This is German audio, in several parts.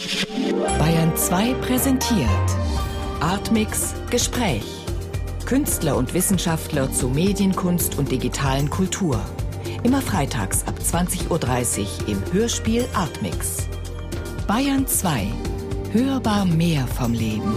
Bayern 2 präsentiert Artmix Gespräch. Künstler und Wissenschaftler zu Medienkunst und digitalen Kultur. Immer freitags ab 20:30 Uhr im Hörspiel Artmix. Bayern 2. Hörbar mehr vom Leben.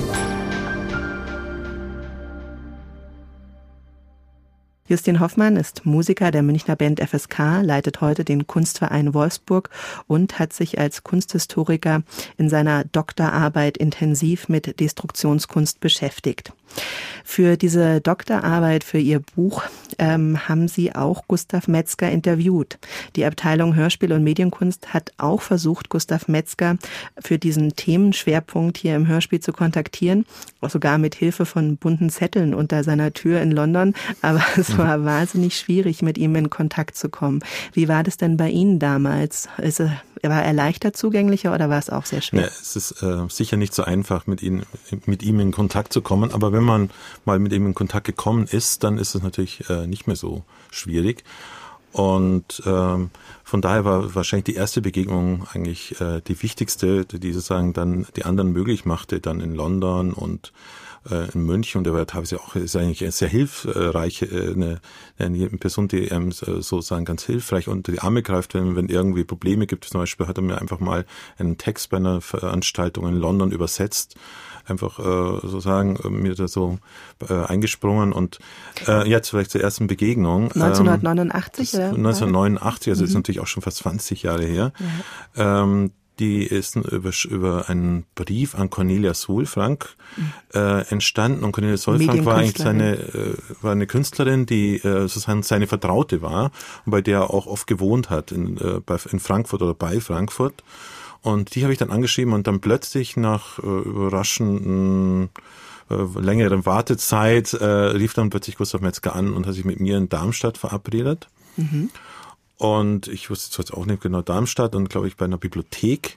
Justin Hoffmann ist Musiker der Münchner Band FSK, leitet heute den Kunstverein Wolfsburg und hat sich als Kunsthistoriker in seiner Doktorarbeit intensiv mit Destruktionskunst beschäftigt. Für diese Doktorarbeit, für ihr Buch, haben sie auch Gustav Metzger interviewt. Die Abteilung Hörspiel und Medienkunst hat auch versucht, Gustav Metzger für diesen Themenschwerpunkt hier im Hörspiel zu kontaktieren, auch sogar mit Hilfe von bunten Zetteln unter seiner Tür in London. Aber es war wahnsinnig schwierig, mit ihm in Kontakt zu kommen. Wie war das denn bei Ihnen damals? War er leichter zugänglicher oder war es auch sehr schwer? Ja, es ist sicher nicht so einfach, mit ihm in Kontakt zu kommen. Aber wenn man mal mit ihm in Kontakt gekommen ist, dann ist es natürlich nicht mehr so schwierig. Und von daher war wahrscheinlich die erste Begegnung eigentlich die wichtigste, die sozusagen dann die anderen möglich machte, dann in London und in München. Und er war teilweise auch, ist eigentlich eine sehr hilfreiche, eine Person, die einem sozusagen ganz hilfreich unter die Arme greift, wenn irgendwie Probleme gibt. Zum Beispiel hat er mir einfach mal einen Text bei einer Veranstaltung in London übersetzt, einfach sozusagen mir da so eingesprungen. Und jetzt vielleicht zur ersten Begegnung. 1989? 1989, also ist natürlich auch schon fast 20 Jahre her. Ja. Die ist über einen Brief an Cornelia Solfrank entstanden. Und Cornelia Solfrank war eigentlich war eine Künstlerin, die sozusagen seine Vertraute war und bei der er auch oft gewohnt hat in Frankfurt oder bei Frankfurt. Und die habe ich dann angeschrieben und dann plötzlich nach überraschenden längeren Wartezeit rief dann plötzlich Gustav Metzger an und hat sich mit mir in Darmstadt verabredet. Mhm. Und ich wusste jetzt auch nicht genau Darmstadt und glaube ich bei einer Bibliothek.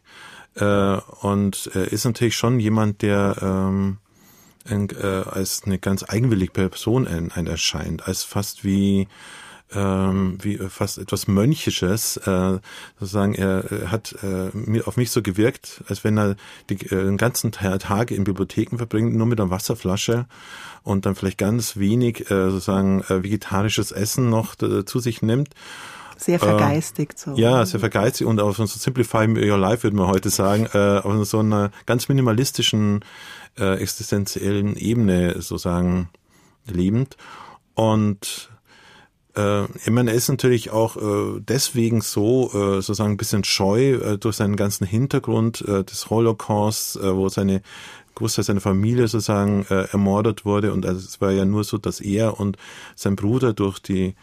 Und er ist natürlich schon jemand, der als eine ganz eigenwillige Person erscheint, als fast wie fast etwas Mönchisches, sozusagen. Er hat auf mich so gewirkt, als wenn er den ganzen Tag in Bibliotheken verbringt, nur mit einer Wasserflasche und dann vielleicht ganz wenig sozusagen vegetarisches Essen noch zu sich nimmt. Sehr vergeistigt. So. Ja, sehr vergeistigt und auf so Simplify Your Life würde man heute sagen, auf so einer ganz minimalistischen, existenziellen Ebene sozusagen lebend. Und ich meine, er ist natürlich auch deswegen so sozusagen ein bisschen scheu durch seinen ganzen Hintergrund des Holocaust, wo seine Familie sozusagen ermordet wurde. Und also es war ja nur so, dass er und sein Bruder durch die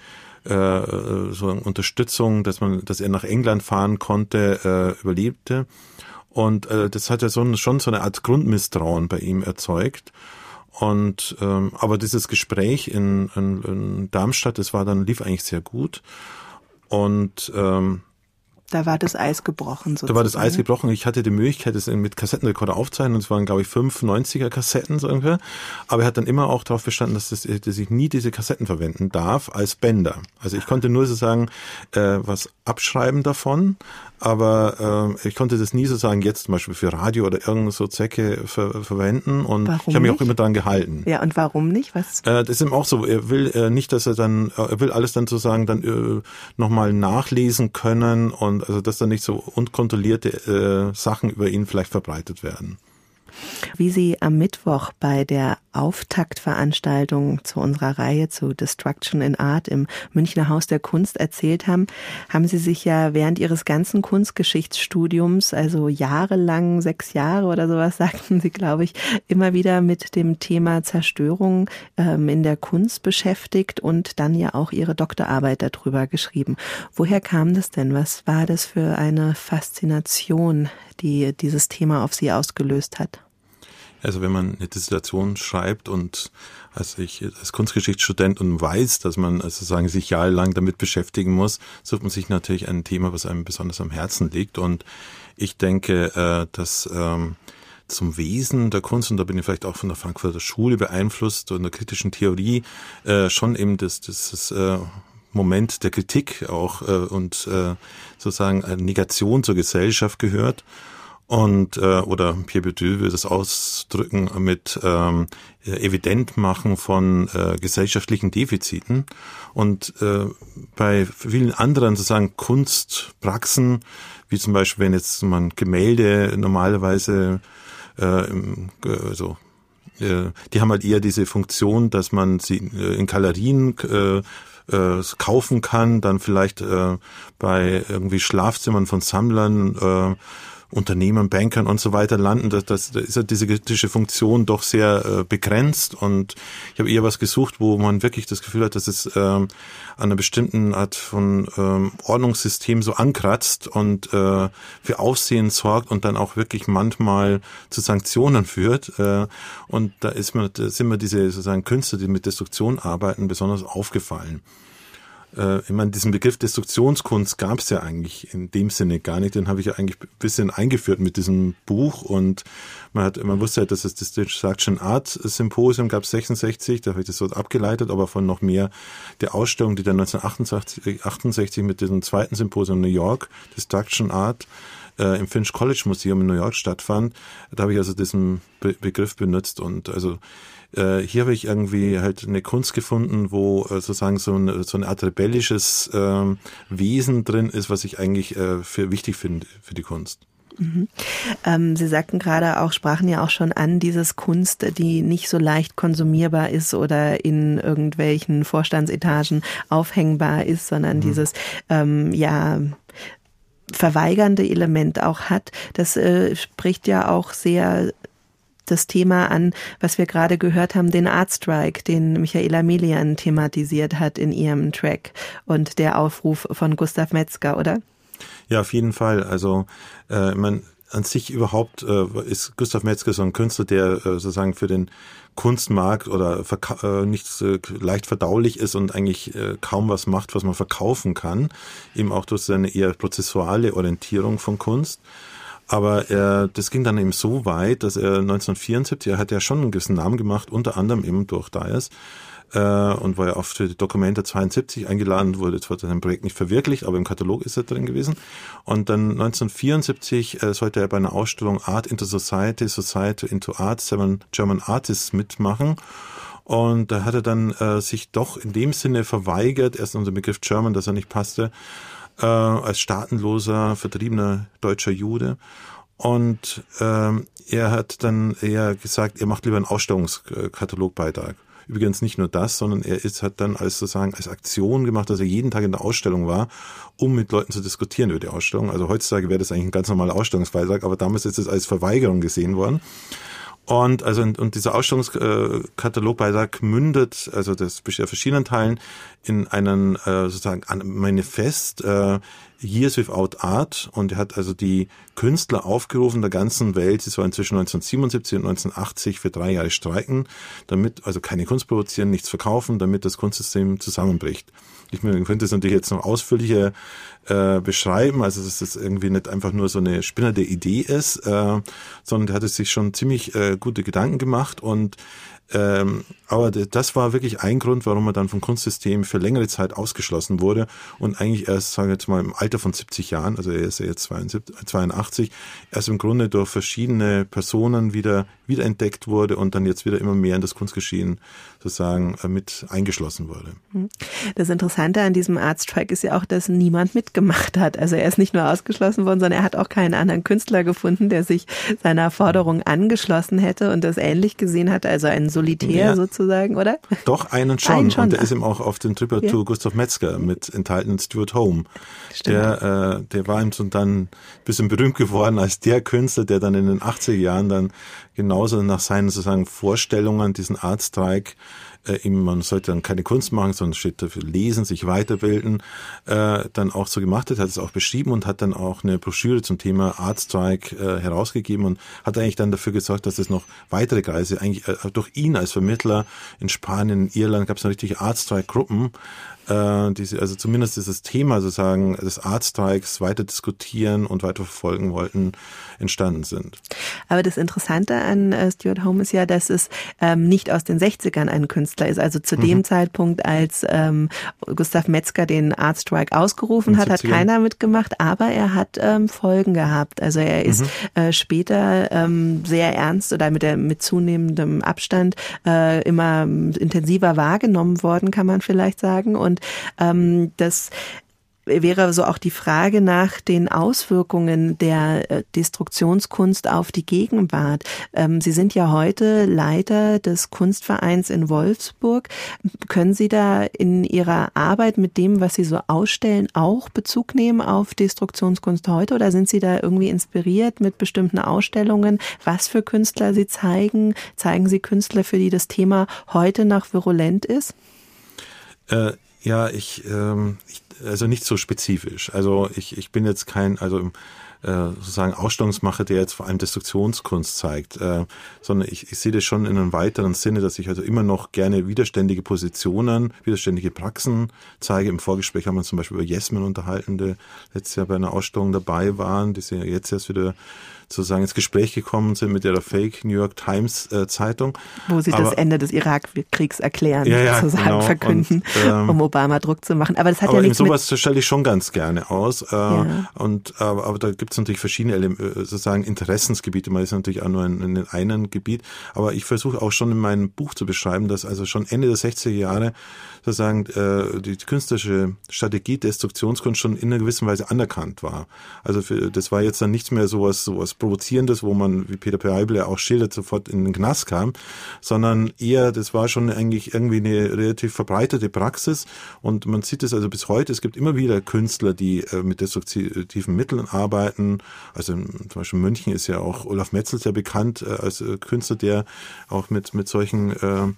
so eine Unterstützung, dass er nach England fahren konnte, überlebte. Und das hat ja schon so eine Art Grundmisstrauen bei ihm erzeugt. Und aber dieses Gespräch in Darmstadt, lief eigentlich sehr gut. Und da war das Eis gebrochen sozusagen. Da war das Eis gebrochen. Ich hatte die Möglichkeit, das mit Kassettenrekorder aufzuzeichnen. Und es waren, glaube ich, 5 90er-Kassetten so ungefähr. Aber er hat dann immer auch darauf bestanden, dass ich nie diese Kassetten verwenden darf als Bänder. Also ich konnte nur sozusagen was abschreiben davon. Aber ich konnte das nie sozusagen jetzt zum Beispiel für Radio oder irgend so Zwecke verwenden. Und warum ich habe mich auch immer daran gehalten. Ja, und warum nicht? Was? Das ist eben auch so. Er will nicht, dass er will alles dann sozusagen dann nochmal nachlesen können und also dass da nicht so unkontrollierte Sachen über ihn vielleicht verbreitet werden. Wie Sie am Mittwoch bei der Auftaktveranstaltung zu unserer Reihe zu Destruction in Art im Münchner Haus der Kunst erzählt haben, haben Sie sich ja während Ihres ganzen Kunstgeschichtsstudiums, also jahrelang, 6 Jahre oder sowas, sagten Sie, glaube ich, immer wieder mit dem Thema Zerstörung in der Kunst beschäftigt und dann ja auch Ihre Doktorarbeit darüber geschrieben. Woher kam das denn? Was war das für eine Faszination, die dieses Thema auf Sie ausgelöst hat? Also wenn man eine Dissertation schreibt und als Kunstgeschichtsstudent und weiß, dass man sozusagen sich jahrelang damit beschäftigen muss, sucht man sich natürlich ein Thema, was einem besonders am Herzen liegt. Und ich denke, dass zum Wesen der Kunst, und da bin ich vielleicht auch von der Frankfurter Schule beeinflusst und der kritischen Theorie, schon eben das Moment der Kritik auch und sozusagen eine Negation zur Gesellschaft gehört. Und oder Pierre Bourdieu würde es ausdrücken mit Evidentmachen von gesellschaftlichen Defiziten. Und bei vielen anderen sozusagen Kunstpraxen, wie zum Beispiel, wenn jetzt man Gemälde normalerweise die haben halt eher diese Funktion, dass man sie in Galerien kaufen kann, dann vielleicht bei irgendwie Schlafzimmern von Sammlern, Unternehmern, Bankern und so weiter landen. Da ist ja diese kritische Funktion doch sehr begrenzt, und ich habe eher was gesucht, wo man wirklich das Gefühl hat, dass es an einer bestimmten Art von Ordnungssystem so ankratzt und für Aufsehen sorgt und dann auch wirklich manchmal zu Sanktionen führt. Und da sind mir diese sozusagen Künstler, die mit Destruktion arbeiten, besonders aufgefallen. Ich meine, diesen Begriff Destruktionskunst gab es ja eigentlich in dem Sinne gar nicht. Den habe ich ja eigentlich ein bisschen eingeführt mit diesem Buch, und man wusste halt, dass es das Destruction Art Symposium gab es 66, da habe ich das so abgeleitet, aber von noch mehr der Ausstellung, die dann 1968 mit diesem zweiten Symposium in New York, Destruction Art, im Finch College Museum in New York stattfand. Da habe ich also diesen Begriff benutzt, und also hier habe ich irgendwie halt eine Kunst gefunden, wo sozusagen so eine Art rebellisches Wesen drin ist, was ich eigentlich für wichtig finde für die Kunst. Mhm. Sie sagten gerade auch, sprachen ja auch schon an, dieses Kunst, die nicht so leicht konsumierbar ist oder in irgendwelchen Vorstandsetagen aufhängbar ist, sondern dieses, verweigernde Element auch hat. Das spricht ja auch sehr das Thema an, was wir gerade gehört haben, den Art Strike, den Michaela Melian thematisiert hat in ihrem Track, und der Aufruf von Gustav Metzger, oder? Ja, auf jeden Fall. Also an sich überhaupt ist Gustav Metzger so ein Künstler, der sozusagen für den Kunstmarkt oder nicht leicht verdaulich ist und eigentlich kaum was macht, was man verkaufen kann, eben auch durch seine eher prozessuale Orientierung von Kunst. Aber das ging dann eben so weit, dass er 1974, er hat ja schon einen gewissen Namen gemacht, unter anderem eben durch Dyers, und war ja oft für die Dokumente 72 eingeladen, wurde zwar sein Projekt nicht verwirklicht, aber im Katalog ist er drin gewesen. Und dann 1974 sollte er bei einer Ausstellung Art into Society, Society into Art, 7 German Artists mitmachen. Und da hat er dann sich doch in dem Sinne verweigert, erst unter dem Begriff German, dass er nicht passte, als staatenloser, vertriebener deutscher Jude. Und er hat dann eher gesagt, er macht lieber einen Ausstellungskatalogbeitrag. Übrigens nicht nur das, sondern hat dann als Aktion gemacht, dass er jeden Tag in der Ausstellung war, um mit Leuten zu diskutieren über die Ausstellung. Also heutzutage wäre das eigentlich ein ganz normaler Ausstellungsbeitrag, aber damals ist es als Verweigerung gesehen worden. Und dieser Ausstellungskatalogbeitrag mündet, also das besteht aus verschiedenen Teilen, in einen sozusagen Manifest, Years Without Art, und er hat also die Künstler aufgerufen der ganzen Welt, sie sollen zwischen 1977 und 1980 für 3 Jahre streiken, damit, also keine Kunst produzieren, nichts verkaufen, damit das Kunstsystem zusammenbricht. Ich könnte das natürlich jetzt noch ausführlicher beschreiben, also dass das irgendwie nicht einfach nur so eine spinnende Idee ist, sondern der hatte sich schon ziemlich gute Gedanken gemacht, und aber das war wirklich ein Grund, warum er dann vom Kunstsystem für längere Zeit ausgeschlossen wurde und eigentlich erst, sagen wir jetzt mal, im Alter von 70 Jahren, also er ist ja jetzt 82, erst im Grunde durch verschiedene Personen wiederentdeckt wurde und dann jetzt wieder immer mehr in das Kunstgeschehen sozusagen mit eingeschlossen wurde. Das Interessante an diesem Art Strike ist ja auch, dass niemand mitgemacht hat. Also er ist nicht nur ausgeschlossen worden, sondern er hat auch keinen anderen Künstler gefunden, der sich seiner Forderung angeschlossen hätte und das ähnlich gesehen hat, also ein Solitär sozusagen, oder? Doch, einen schon. Und der ist eben auch auf dem Tribute to Gustav Metzger mit enthalten, Stuart Home. Der war ihm so dann ein bisschen berühmt geworden als der Künstler, der dann in den 80er Jahren dann genauso nach seinen sozusagen Vorstellungen diesen Art Strike, man sollte dann keine Kunst machen, sondern steht dafür lesen, sich weiterbilden, dann auch so gemacht hat es auch beschrieben und hat dann auch eine Broschüre zum Thema Art Strike herausgegeben und hat eigentlich dann dafür gesorgt, dass es noch weitere Kreise, eigentlich durch ihn als Vermittler in Spanien, in Irland gab es noch richtige Art Strike Gruppen, also zumindest dieses Thema sozusagen des Art Strikes weiter diskutieren und weiter verfolgen wollten, entstanden sind. Aber das Interessante an Stuart Home ist ja, dass es nicht aus den 60ern ein Künstler ist. Also zu dem Zeitpunkt, als Gustav Metzger den Art Strike ausgerufen hat, hat keiner mitgemacht, aber er hat Folgen gehabt. Also er ist später sehr ernst oder mit zunehmendem Abstand immer intensiver wahrgenommen worden, kann man vielleicht sagen. Und das wäre so auch die Frage nach den Auswirkungen der Destruktionskunst auf die Gegenwart. Sie sind ja heute Leiter des Kunstvereins in Wolfsburg. Können Sie da in Ihrer Arbeit mit dem, was Sie so ausstellen, auch Bezug nehmen auf Destruktionskunst heute? Oder sind Sie da irgendwie inspiriert mit bestimmten Ausstellungen, was für Künstler Sie zeigen? Zeigen Sie Künstler, für die das Thema heute noch virulent ist? Ja, also nicht so spezifisch. Also ich bin jetzt kein, sozusagen Ausstellungsmacher, der jetzt vor allem Destruktionskunst zeigt, sondern ich sehe das schon in einem weiteren Sinne, dass ich also immer noch gerne widerständige Positionen, widerständige Praxen zeige. Im Vorgespräch haben wir uns zum Beispiel über Jesmen unterhalten, die letztes Jahr bei einer Ausstellung dabei waren, die sind ja jetzt erst wieder sozusagen ins Gespräch gekommen sind mit ihrer Fake New York Times Zeitung. Wo sie das Ende des Irakkriegs erklären, sozusagen genau, verkünden, um Obama Druck zu machen. Aber das hat ja nichts sowas stelle ich schon ganz gerne aus. Aber da gibt es natürlich verschiedene sozusagen Interessensgebiete. Man ist natürlich auch nur in einem Gebiet. Aber ich versuche auch schon in meinem Buch zu beschreiben, dass also schon Ende der 60er Jahre sozusagen die künstlerische Strategie Destruktionskunst schon in einer gewissen Weise anerkannt war. Also das war jetzt dann nichts mehr sowas Provozierendes, wo man, wie Peter Peibel ja auch schildert, sofort in den Knast kam, sondern eher, das war schon eigentlich irgendwie eine relativ verbreitete Praxis und man sieht es also bis heute, es gibt immer wieder Künstler, die mit destruktiven Mitteln arbeiten, also zum Beispiel in München ist ja auch Olaf Metzl sehr bekannt als Künstler, der auch mit solchen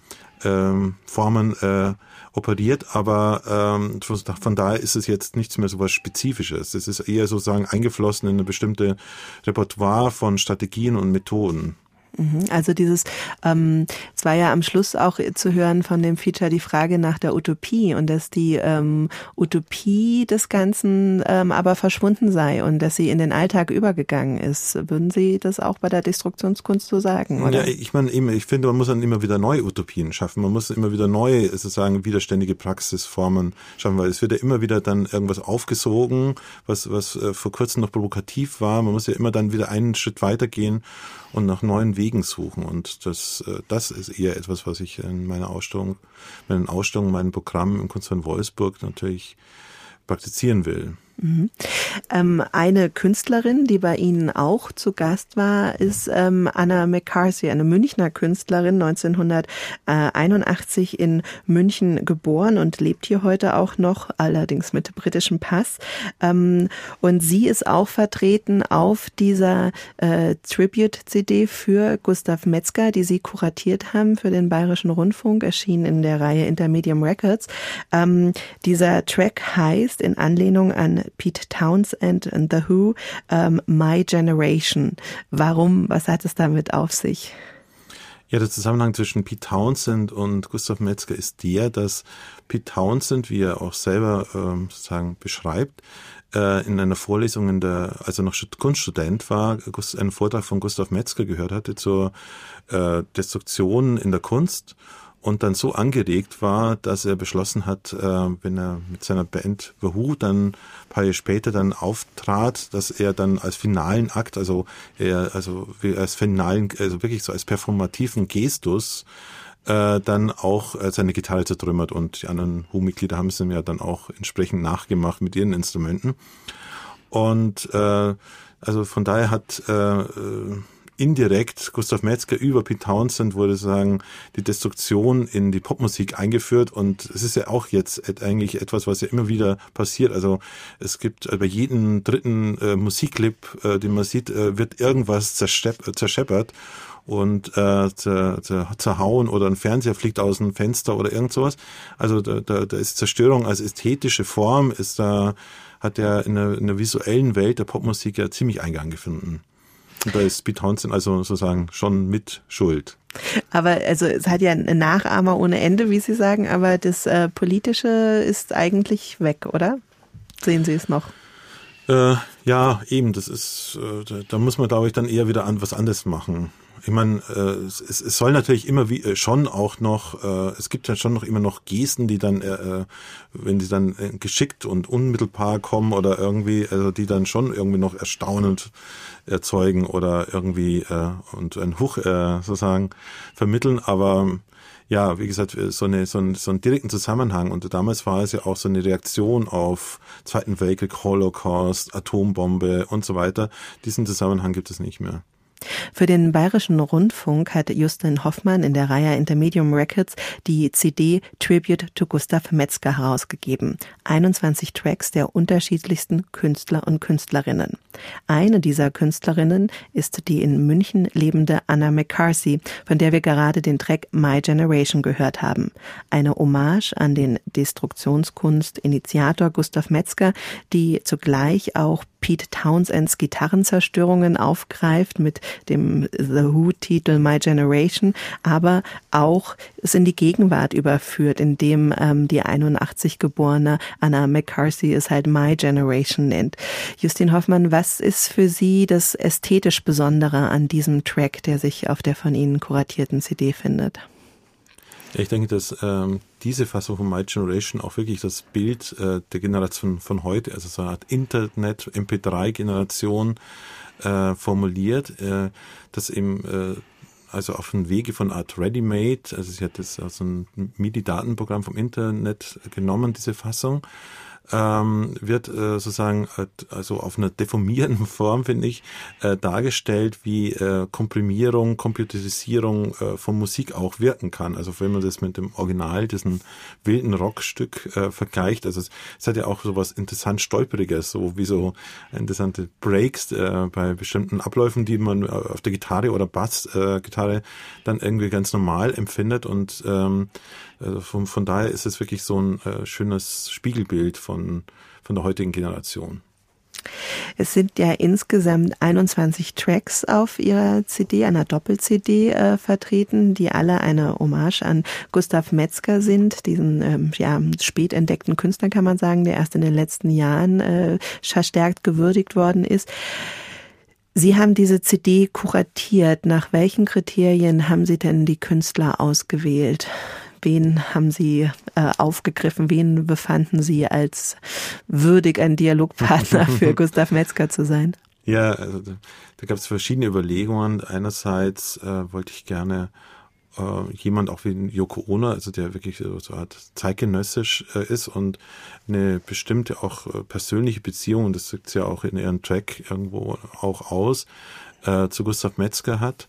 Formen operiert, aber von daher ist es jetzt nichts mehr so was Spezifisches. Es ist eher sozusagen eingeflossen in eine bestimmte Repertoire von Strategien und Methoden. Also es war ja am Schluss auch zu hören von dem Feature die Frage nach der Utopie und dass die Utopie des Ganzen aber verschwunden sei und dass sie in den Alltag übergegangen ist. Würden Sie das auch bei der Destruktionskunst so sagen, oder? Ja, ich finde, man muss dann immer wieder neue Utopien schaffen. Man muss immer wieder neue, sozusagen widerständige Praxisformen schaffen, weil es wird ja immer wieder dann irgendwas aufgesogen, was vor kurzem noch provokativ war. Man muss ja immer dann wieder einen Schritt weitergehen und nach neuen Wegen suchen. Und das ist eher etwas, was ich in meinen Ausstellungen, meinem Programm im Kunstverein Wolfsburg natürlich praktizieren will. Eine Künstlerin, die bei Ihnen auch zu Gast war, ist Anna McCarthy, eine Münchner Künstlerin, 1981 in München geboren und lebt hier heute auch noch, allerdings mit britischem Pass. Und sie ist auch vertreten auf dieser Tribute-CD für Gustav Metzger, die Sie kuratiert haben für den Bayerischen Rundfunk, erschienen in der Reihe Intermedium Records. Dieser Track heißt in Anlehnung an Pete Townshend and The Who, My Generation. Warum? Was hat es damit auf sich? Ja, der Zusammenhang zwischen Pete Townshend und Gustav Metzger ist der, dass Pete Townshend, wie er auch selber sozusagen beschreibt, in einer Vorlesung als er noch Kunststudent war, einen Vortrag von Gustav Metzger gehört hatte zur Destruktion in der Kunst. Und dann so angeregt war, dass er beschlossen hat, wenn er mit seiner Band The Who dann ein paar Jahre später dann auftrat, dass er dann als finalen Akt, als finalen, also wirklich so als performativen Gestus, dann auch seine Gitarre zertrümmert und die anderen Who-Mitglieder haben es ihm ja dann auch entsprechend nachgemacht mit ihren Instrumenten. Und also von daher hat indirekt Gustav Metzger über Pete Townshend, würde sagen, die Destruktion in die Popmusik eingeführt und es ist ja auch jetzt eigentlich etwas, was ja immer wieder passiert. Also es gibt bei jedem dritten Musikclip, den man sieht, wird irgendwas zerscheppert und zerhauen oder ein Fernseher fliegt aus dem Fenster oder irgend sowas. Also da ist Zerstörung als ästhetische Form hat er in der visuellen Welt der Popmusik ja ziemlich Eingang gefunden. Und da ist Pete Townshend also sozusagen schon mit schuld. Aber also es hat ja einen Nachahmer ohne Ende, wie Sie sagen, aber das Politische ist eigentlich weg, oder? Sehen Sie es noch? Ja, eben, das ist, da muss man, glaube ich, dann eher wieder was anderes machen. Ich meine, es soll natürlich immer schon auch noch, es gibt ja schon noch immer noch Gesten, die dann, wenn die dann geschickt und unmittelbar kommen oder irgendwie, also die dann schon irgendwie noch erstaunend erzeugen oder irgendwie und ein Huch sozusagen vermitteln, aber ja, wie gesagt, so einen direkten Zusammenhang. Und damals war es ja auch so eine Reaktion auf Zweiten Weltkrieg, Holocaust, Atombombe und so weiter. Diesen Zusammenhang gibt es nicht mehr. Für den Bayerischen Rundfunk hat Justin Hoffmann in der Reihe Intermedium Records die CD Tribute to Gustav Metzger herausgegeben. 21 Tracks der unterschiedlichsten Künstler und Künstlerinnen. Eine dieser Künstlerinnen ist die in München lebende Anna McCarthy, von der wir gerade den Track My Generation gehört haben. Eine Hommage an den Destruktionskunst-Initiator Gustav Metzger, die zugleich auch Pete Townsends Gitarrenzerstörungen aufgreift mit dem The Who-Titel My Generation, aber auch es in die Gegenwart überführt, indem die 81 geborene Anna McCarthy es halt My Generation nennt. Justin Hoffmann, was ist für Sie das ästhetisch Besondere an diesem Track, der sich auf der von Ihnen kuratierten CD findet? Ja, ich denke, dass diese Fassung von My Generation auch wirklich das Bild der Generation von heute, also so eine Art Internet-MP3-Generation formuliert, das eben also auf dem Wege von Art Ready-Made, also sie hat das aus einem MIDI-Datenprogramm vom Internet genommen, diese Fassung, wird sozusagen also auf einer deformierenden Form, finde ich, dargestellt, wie Komprimierung, Computerisierung von Musik auch wirken kann. Also wenn man das mit dem Original, diesen wilden Rockstück vergleicht, also es hat ja auch so was interessant Stolperiges, so wie so interessante Breaks bei bestimmten Abläufen, die man auf der Gitarre oder Bassgitarre dann irgendwie ganz normal empfindet und also von daher ist es wirklich so ein schönes Spiegelbild von der heutigen Generation. Es sind ja insgesamt 21 Tracks auf Ihrer CD, einer Doppel-CD vertreten, die alle eine Hommage an Gustav Metzger sind, diesen spät entdeckten Künstler, kann man sagen, der erst in den letzten Jahren verstärkt gewürdigt worden ist. Sie haben diese CD kuratiert. Nach welchen Kriterien haben Sie denn die Künstler ausgewählt? Wen haben Sie aufgegriffen? Wen befanden Sie als würdig, ein Dialogpartner für Gustav Metzger zu sein? Ja, also da gab es verschiedene Überlegungen. Einerseits wollte ich gerne jemand auch wie Yoko Ono, also der wirklich so eine Art zeitgenössisch ist und eine bestimmte auch persönliche Beziehung, und das sagt sie ja auch in ihrem Track irgendwo auch aus, zu Gustav Metzger hat,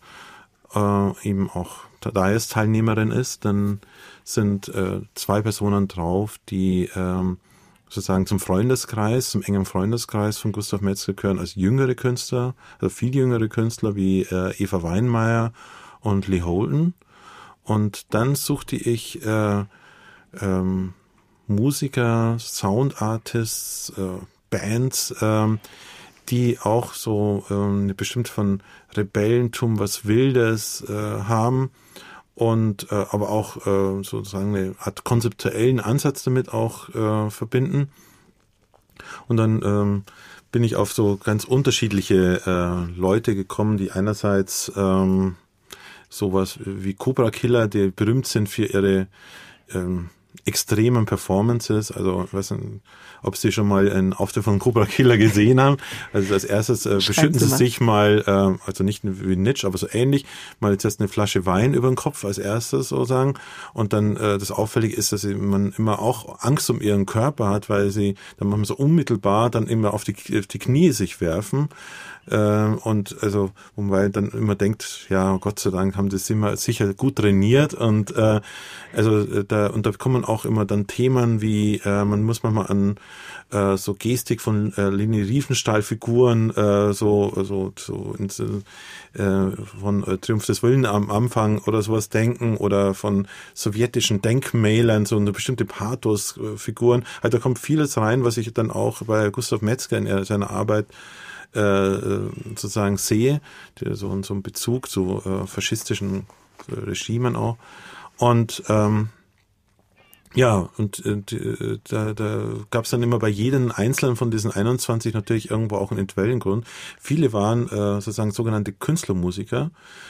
eben auch da er Teilnehmerin ist, dann sind zwei Personen drauf, die sozusagen zum Freundeskreis, zum engen Freundeskreis von Gustav Metzger gehören, als jüngere Künstler, also viel jüngere Künstler wie Eva Weinmeier und Lee Holden. Und dann suchte ich Musiker, Soundartists, Bands, die auch so eine bestimmte von Rebellentum, was Wildes haben und aber auch sozusagen eine Art konzeptuellen Ansatz damit auch verbinden. Und dann bin ich auf so ganz unterschiedliche Leute gekommen, die einerseits sowas wie Cobra Killer, die berühmt sind für ihre extremen Performances, also ich weiß nicht, ob Sie schon mal einen Auftritt von Cobra Killer gesehen haben. Also als erstes beschütten Sie sich mal, also nicht wie Nitsch, aber so ähnlich, mal jetzt eine Flasche Wein über den Kopf als erstes sozusagen, und dann das Auffällige ist, dass man immer auch Angst um ihren Körper hat, weil sie dann manchmal so unmittelbar dann immer auf die Knie sich werfen. Und also, weil dann immer denkt, ja, Gott sei Dank haben das immer sicher gut trainiert, und also da kommen auch immer dann Themen wie, man muss manchmal an so Gestik von Leni Riefenstahl-Figuren von Triumph des Willens am Anfang oder sowas denken, oder von sowjetischen Denkmälern, so eine bestimmte Pathos-Figuren. Also da kommt vieles rein, was ich dann auch bei Gustav Metzger in seiner Arbeit sozusagen sehe, so einen Bezug zu faschistischen Regimen auch. Und Ja, und da gab es dann immer bei jedem einzelnen von diesen 21 natürlich irgendwo auch einen individuellen Grund. Viele waren sozusagen sogenannte Künstlermusiker.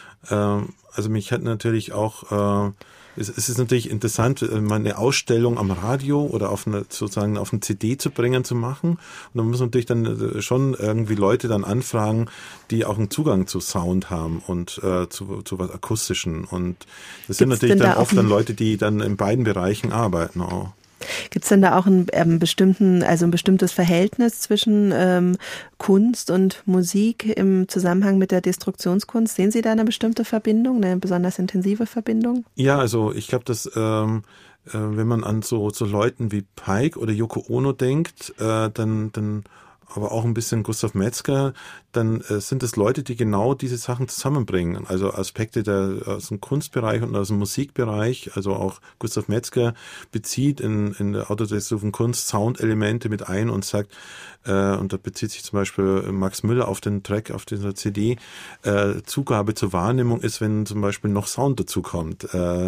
Also mich hat natürlich auch es ist natürlich interessant, mal eine Ausstellung am Radio oder auf eine CD zu bringen, zu machen. Und dann muss man natürlich dann schon irgendwie Leute dann anfragen, die auch einen Zugang zu Sound haben und zu was Akustischen. Und das sind natürlich dann oft dann Leute, die dann in beiden Bereichen arbeiten auch. Gibt es denn da auch ein bestimmtes Verhältnis zwischen Kunst und Musik im Zusammenhang mit der Destruktionskunst? Sehen Sie da eine bestimmte Verbindung, eine besonders intensive Verbindung? Ja, also ich glaube, dass wenn man an so Leuten wie Pike oder Yoko Ono denkt, dann aber auch ein bisschen Gustav Metzger, dann sind es Leute, die genau diese Sachen zusammenbringen. Also Aspekte aus dem Kunstbereich und aus dem Musikbereich. Also auch Gustav Metzger bezieht in der autodestruktiven Kunst Soundelemente mit ein und sagt, und da bezieht sich zum Beispiel Max Müller auf den Track auf dieser CD, Zugabe zur Wahrnehmung ist, wenn zum Beispiel noch Sound dazukommt.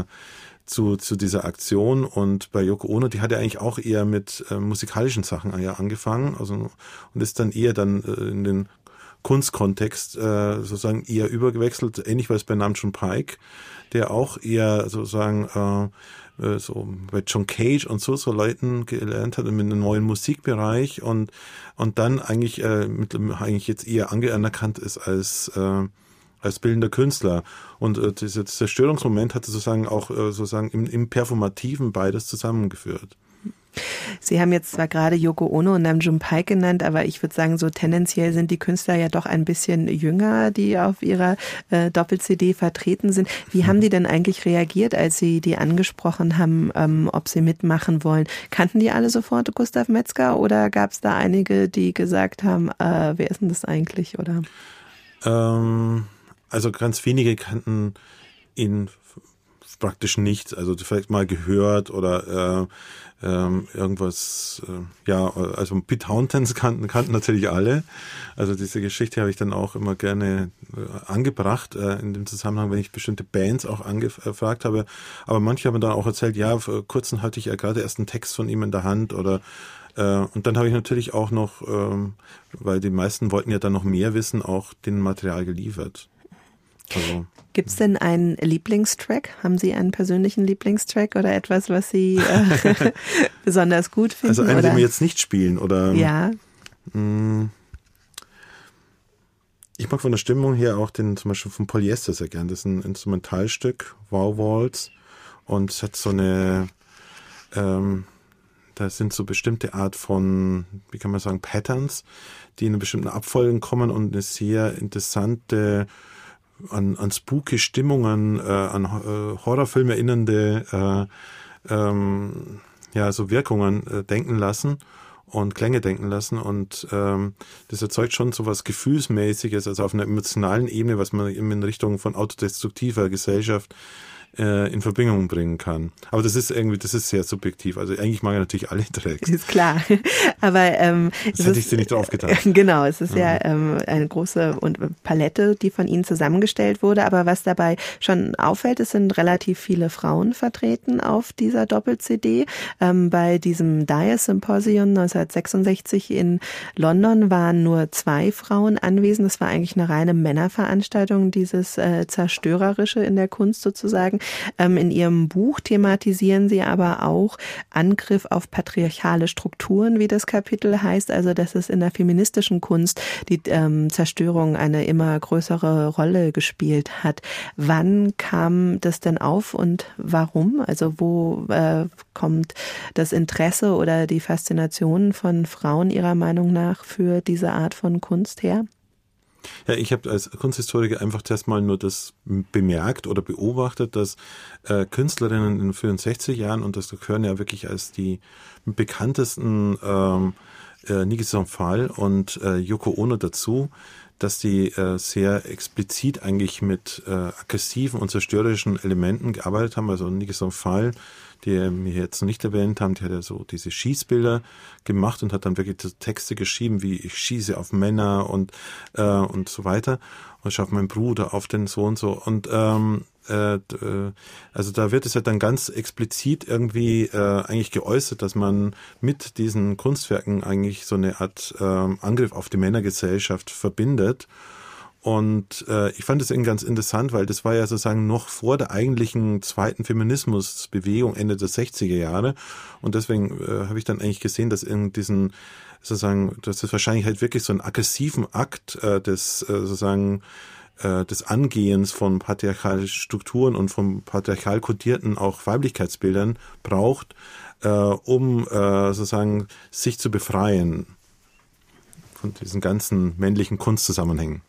Zu dieser Aktion. Und bei Yoko Ono, die hat ja eigentlich auch eher mit musikalischen Sachen angefangen, also und ist dann eher in den Kunstkontext sozusagen eher übergewechselt, ähnlich war es bei Namjoon Pike, der auch eher sozusagen so bei John Cage und so Leuten gelernt hat mit einem neuen Musikbereich und dann eigentlich jetzt eher anerkannt ist als bildender Künstler. Und dieser Zerstörungsmoment hat sozusagen auch im Performativen beides zusammengeführt. Sie haben jetzt zwar gerade Yoko Ono und Namjoon Pike genannt, aber ich würde sagen, so tendenziell sind die Künstler ja doch ein bisschen jünger, die auf ihrer Doppel-CD vertreten sind. Wie haben die denn eigentlich reagiert, als Sie die angesprochen haben, ob sie mitmachen wollen? Kannten die alle sofort Gustav Metzger oder gab es da einige, die gesagt haben, wer ist denn das eigentlich? Oder? Also ganz wenige kannten ihn praktisch nicht, also vielleicht mal gehört oder irgendwas, also Pete Townshend kannten natürlich alle. Also diese Geschichte habe ich dann auch immer gerne angebracht in dem Zusammenhang, wenn ich bestimmte Bands auch angefragt habe. Aber manche haben dann auch erzählt, ja, vor kurzem hatte ich ja gerade erst einen Text von ihm in der Hand oder und dann habe ich natürlich auch noch, weil die meisten wollten ja dann noch mehr wissen, auch den Material geliefert. Also, gibt es denn einen Lieblingstrack? Haben Sie einen persönlichen Lieblingstrack oder etwas, was Sie besonders gut finden? Also einen, den wir jetzt nicht spielen, oder? Ja. Ich mag von der Stimmung her auch den zum Beispiel von Polyester sehr gern. Das ist ein Instrumentalstück, Wow Waltz, und es hat so eine da sind so bestimmte Art von, wie kann man sagen, Patterns, die in einer bestimmten Abfolge kommen und eine sehr interessante, an spooky Stimmungen, an Horrorfilme erinnernde, so Wirkungen denken lassen und Klänge denken lassen. Und das erzeugt schon so was Gefühlsmäßiges, also auf einer emotionalen Ebene, was man in Richtung von autodestruktiver Gesellschaft in Verbindung bringen kann. Aber das ist sehr subjektiv. Also eigentlich mag ich natürlich alle Tracks. Ist klar. Aber das hätte ich dir nicht drauf getan. Genau, es ist ja eine große Palette, die von Ihnen zusammengestellt wurde. Aber was dabei schon auffällt, es sind relativ viele Frauen vertreten auf dieser Doppel-CD. Bei diesem Dire Symposium 1966 in London waren nur 2 Frauen anwesend. Das war eigentlich eine reine Männerveranstaltung, dieses Zerstörerische in der Kunst sozusagen. In Ihrem Buch thematisieren Sie aber auch Angriff auf patriarchale Strukturen, wie das Kapitel heißt, also dass es in der feministischen Kunst die Zerstörung eine immer größere Rolle gespielt hat. Wann kam das denn auf und warum? Also wo kommt das Interesse oder die Faszination von Frauen Ihrer Meinung nach für diese Art von Kunst her? Ja, ich habe als Kunsthistoriker einfach zuerst mal nur das bemerkt oder beobachtet, dass Künstlerinnen in den 65 Jahren, und das gehören ja wirklich als die bekanntesten Niki Saint-Phalle und Yoko Ono dazu, dass die sehr explizit eigentlich mit aggressiven und zerstörerischen Elementen gearbeitet haben. Also Niki Saint-Phalle, die wir jetzt noch nicht erwähnt haben, die hat ja so diese Schießbilder gemacht und hat dann wirklich Texte geschrieben, wie ich schieße auf Männer und so weiter und ich auf meinen Bruder, auf den so und so. Und also da wird es ja dann ganz explizit irgendwie eigentlich geäußert, dass man mit diesen Kunstwerken eigentlich so eine Art Angriff auf die Männergesellschaft verbindet. Und ich fand es irgendwie ganz interessant, weil das war ja sozusagen noch vor der eigentlichen zweiten Feminismusbewegung Ende der 60er Jahre. Und deswegen habe ich dann eigentlich gesehen, dass in diesen sozusagen, dass das wahrscheinlich halt wirklich so einen aggressiven Akt des sozusagen des Angehens von patriarchalischen Strukturen und von patriarchal kodierten auch Weiblichkeitsbildern braucht, um sozusagen sich zu befreien von diesen ganzen männlichen Kunstzusammenhängen.